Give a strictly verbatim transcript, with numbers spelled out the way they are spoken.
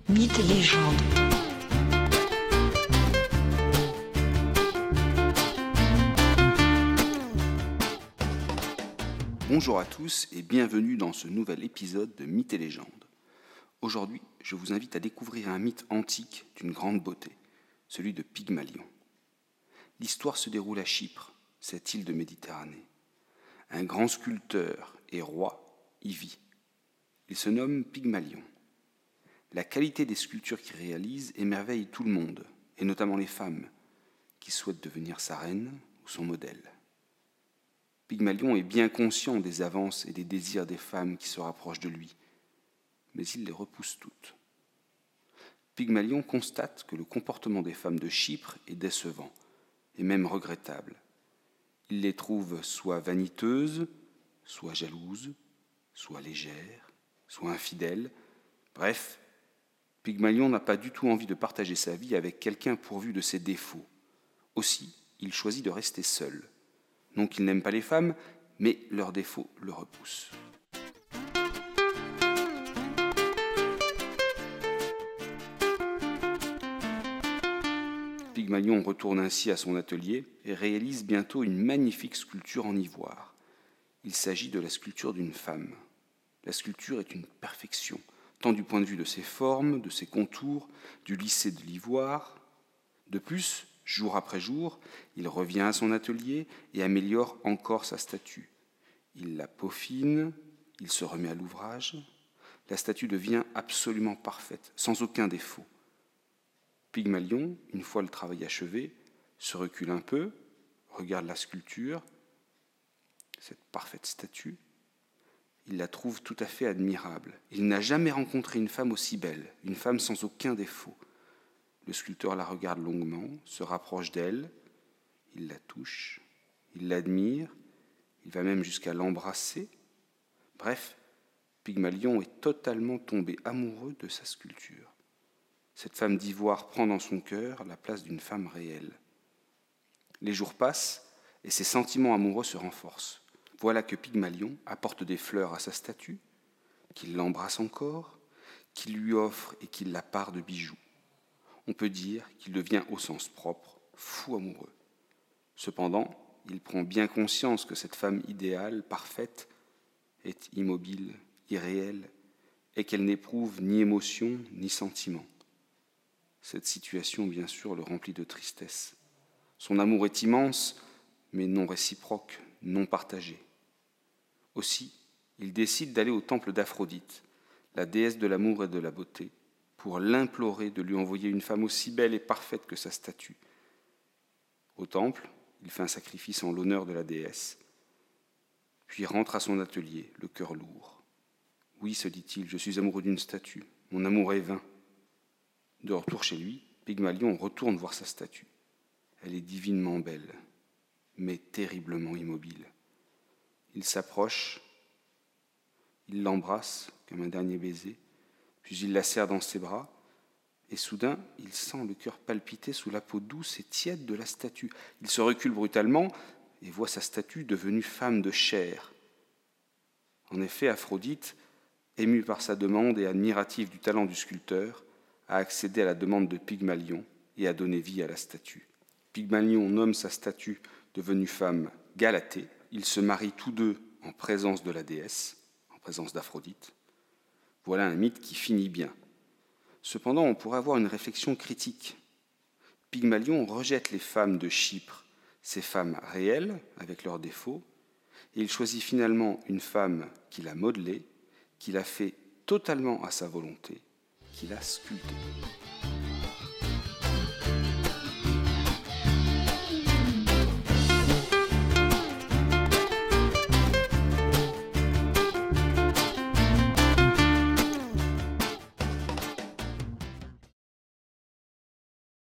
Mythes et légendes. Bonjour à tous et bienvenue dans ce nouvel épisode de Mythes et légendes. Aujourd'hui, je vous invite à découvrir un mythe antique d'une grande beauté, celui de Pygmalion. L'histoire se déroule à Chypre, cette île de Méditerranée. Un grand sculpteur et roi y vit. Il se nomme Pygmalion. La qualité des sculptures qu'il réalise émerveille tout le monde, et notamment les femmes, qui souhaitent devenir sa reine ou son modèle. Pygmalion est bien conscient des avances et des désirs des femmes qui se rapprochent de lui, mais il les repousse toutes. Pygmalion constate que le comportement des femmes de Chypre est décevant, et même regrettable. Il les trouve soit vaniteuses, soit jalouses, soit légères, soit infidèles. Bref, Pygmalion n'a pas du tout envie de partager sa vie avec quelqu'un pourvu de ses défauts. Aussi, il choisit de rester seul. Non qu'il n'aime pas les femmes, mais leurs défauts le repoussent. Pygmalion retourne ainsi à son atelier et réalise bientôt une magnifique sculpture en ivoire. Il s'agit de la sculpture d'une femme. La sculpture est une perfection, tant du point de vue de ses formes, de ses contours, du lissé de l'ivoire. De plus, jour après jour, il revient à son atelier et améliore encore sa statue. Il la peaufine, il se remet à l'ouvrage. La statue devient absolument parfaite, sans aucun défaut. Pygmalion, une fois le travail achevé, se recule un peu, regarde la sculpture, cette parfaite statue. Il la trouve tout à fait admirable. Il n'a jamais rencontré une femme aussi belle, une femme sans aucun défaut. Le sculpteur la regarde longuement, se rapproche d'elle, il la touche, il l'admire, il va même jusqu'à l'embrasser. Bref, Pygmalion est totalement tombé amoureux de sa sculpture. Cette femme d'ivoire prend dans son cœur la place d'une femme réelle. Les jours passent et ses sentiments amoureux se renforcent. Voilà que Pygmalion apporte des fleurs à sa statue, qu'il l'embrasse encore, qu'il lui offre et qu'il la pare de bijoux. On peut dire qu'il devient au sens propre fou amoureux. Cependant, il prend bien conscience que cette femme idéale, parfaite, est immobile, irréelle, et qu'elle n'éprouve ni émotion ni sentiment. Cette situation, bien sûr, le remplit de tristesse. Son amour est immense, mais non réciproque, non partagé. Aussi, il décide d'aller au temple d'Aphrodite, la déesse de l'amour et de la beauté, pour l'implorer de lui envoyer une femme aussi belle et parfaite que sa statue. Au temple, il fait un sacrifice en l'honneur de la déesse, puis rentre à son atelier, le cœur lourd. Oui, se dit-il, je suis amoureux d'une statue, mon amour est vain. De retour chez lui, Pygmalion retourne voir sa statue. Elle est divinement belle, mais terriblement immobile. Il s'approche, il l'embrasse comme un dernier baiser, puis il la serre dans ses bras, et soudain, il sent le cœur palpiter sous la peau douce et tiède de la statue. Il se recule brutalement et voit sa statue devenue femme de chair. En effet, Aphrodite, émue par sa demande et admirative du talent du sculpteur, a accédé à la demande de Pygmalion et a donné vie à la statue. Pygmalion nomme sa statue devenue femme Galatée. Ils se marient tous deux en présence de la déesse, en présence d'Aphrodite. Voilà un mythe qui finit bien. Cependant, on pourrait avoir une réflexion critique. Pygmalion rejette les femmes de Chypre, ces femmes réelles, avec leurs défauts, et il choisit finalement une femme qu'il a modelée, qu'il a fait totalement à sa volonté, qu'il a sculptée.